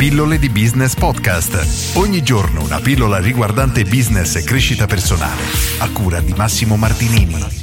Pillole di Business Podcast. Ogni giorno una pillola riguardante business e crescita personale. A cura di Massimo Martinini.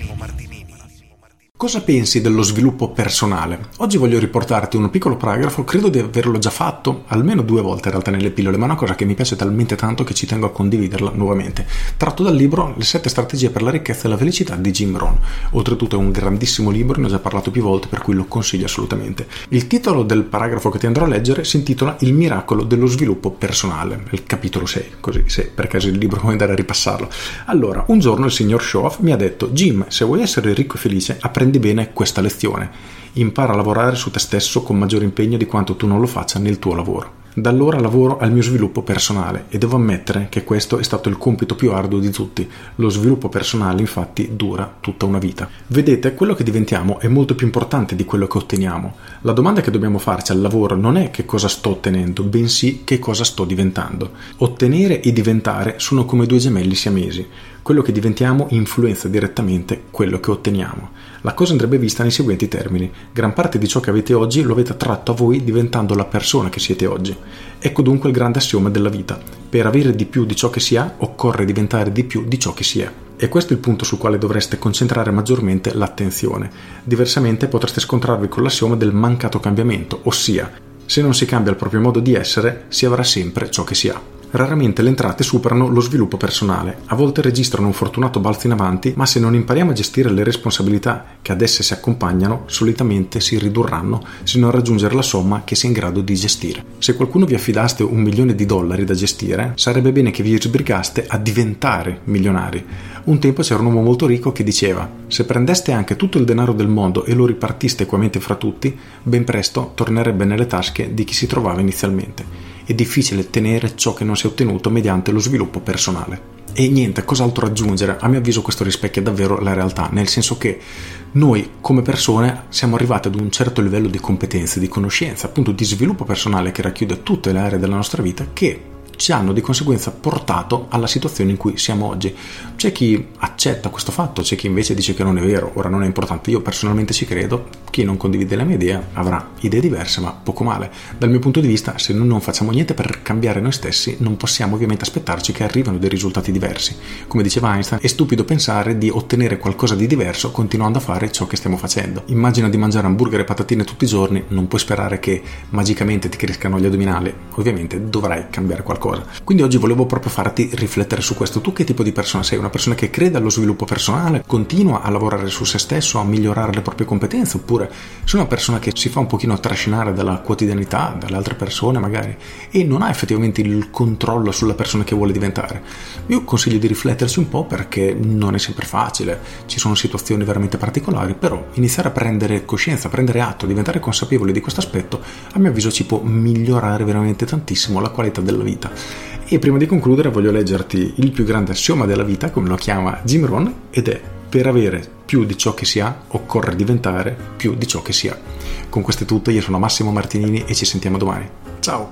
Cosa pensi dello sviluppo personale? Oggi voglio riportarti un piccolo paragrafo, credo di averlo già fatto almeno 2 volte in realtà nelle pillole, ma è una cosa che mi piace talmente tanto che ci tengo a condividerla nuovamente. Tratto dal libro Le 7 strategie per la ricchezza e la felicità di Jim Rohn. Oltretutto è un grandissimo libro, ne ho già parlato più volte, per cui lo consiglio assolutamente. Il titolo del paragrafo che ti andrò a leggere si intitola Il miracolo dello sviluppo personale, il capitolo 6, così se per caso il libro vuoi andare a ripassarlo. Allora, un giorno il signor Shoaff mi ha detto: Jim, se vuoi essere ricco e felice, apprendi bene questa lezione. Impara a lavorare su te stesso con maggiore impegno di quanto tu non lo faccia nel tuo lavoro. Da allora lavoro al mio sviluppo personale e devo ammettere che questo è stato il compito più arduo di tutti. Lo sviluppo personale infatti dura tutta una vita. Vedete, quello che diventiamo è molto più importante di quello che otteniamo. La domanda che dobbiamo farci al lavoro non è che cosa sto ottenendo, bensì che cosa sto diventando. Ottenere e diventare sono come 2 gemelli siamesi. Quello che diventiamo influenza direttamente quello che otteniamo. La cosa andrebbe vista nei seguenti termini. Gran parte di ciò che avete oggi lo avete attratto a voi diventando la persona che siete oggi. Ecco dunque il grande assioma della vita. Per avere di più di ciò che si ha, occorre diventare di più di ciò che si è. E questo è il punto sul quale dovreste concentrare maggiormente l'attenzione. Diversamente potreste scontrarvi con l'assioma del mancato cambiamento, ossia, se non si cambia il proprio modo di essere, si avrà sempre ciò che si ha. Raramente le entrate superano lo sviluppo personale, a volte registrano un fortunato balzo in avanti, ma se non impariamo a gestire le responsabilità che ad esse si accompagnano, solitamente si ridurranno sino a raggiungere la somma che si è in grado di gestire. Se qualcuno vi affidaste $1 milione da gestire, sarebbe bene che vi sbrigaste a diventare milionari. Un tempo c'era un uomo molto ricco che diceva: se prendeste anche tutto il denaro del mondo e lo ripartiste equamente fra tutti, ben presto tornerebbe nelle tasche di chi si trovava inizialmente. È difficile tenere ciò che non si è ottenuto mediante lo sviluppo personale. E niente, cos'altro aggiungere? A mio avviso questo rispecchia davvero la realtà, nel senso che noi come persone siamo arrivati ad un certo livello di competenze, di conoscenza, appunto di sviluppo personale che racchiude tutte le aree della nostra vita, che ci hanno di conseguenza portato alla situazione in cui siamo oggi. C'è chi accetta questo fatto, c'è chi invece dice che non è vero, ora non è importante. Io personalmente ci credo, chi non condivide la mia idea avrà idee diverse, ma poco male. Dal mio punto di vista, se noi non facciamo niente per cambiare noi stessi, non possiamo ovviamente aspettarci che arrivino dei risultati diversi. Come diceva Einstein, è stupido pensare di ottenere qualcosa di diverso continuando a fare ciò che stiamo facendo. Immagina di mangiare hamburger e patatine tutti i giorni, non puoi sperare che magicamente ti crescano gli addominali, ovviamente dovrai cambiare qualcosa. Quindi oggi volevo proprio farti riflettere su questo. Tu che tipo di persona sei? Una persona che crede allo sviluppo personale, continua a lavorare su se stesso, a migliorare le proprie competenze, oppure sei una persona che si fa un pochino trascinare dalla quotidianità, dalle altre persone magari, e non ha effettivamente il controllo sulla persona che vuole diventare? Io consiglio di rifletterci un po', perché non è sempre facile, ci sono situazioni veramente particolari, però iniziare a prendere coscienza, a prendere atto, a diventare consapevoli di questo aspetto, a mio avviso ci può migliorare veramente tantissimo la qualità della vita. E prima di concludere voglio leggerti il più grande assioma della vita, come lo chiama Jim Rohn, ed è: per avere più di ciò che si ha, occorre diventare più di ciò che si ha. Con questo è tutto, io sono Massimo Martinini e ci sentiamo domani. Ciao!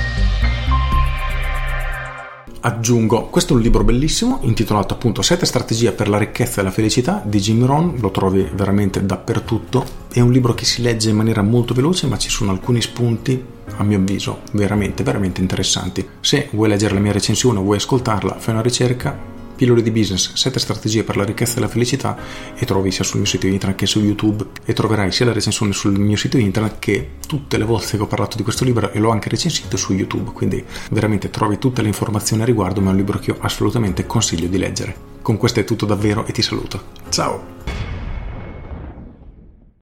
Aggiungo, questo è un libro bellissimo intitolato appunto 7 strategie per la ricchezza e la felicità di Jim Rohn, lo trovi veramente dappertutto. È un libro che si legge in maniera molto veloce, ma ci sono alcuni spunti, a mio avviso, veramente interessanti. Se vuoi leggere la mia recensione o vuoi ascoltarla, fai una ricerca: Pillole di Business, 7 strategie per la ricchezza e la felicità, e trovi sia sul mio sito internet che su YouTube, e troverai sia la recensione sul mio sito internet che tutte le volte che ho parlato di questo libro, e l'ho anche recensito su YouTube, quindi veramente trovi tutte le informazioni a riguardo, ma è un libro che io assolutamente consiglio di leggere. Con questo è tutto davvero e ti saluto. Ciao!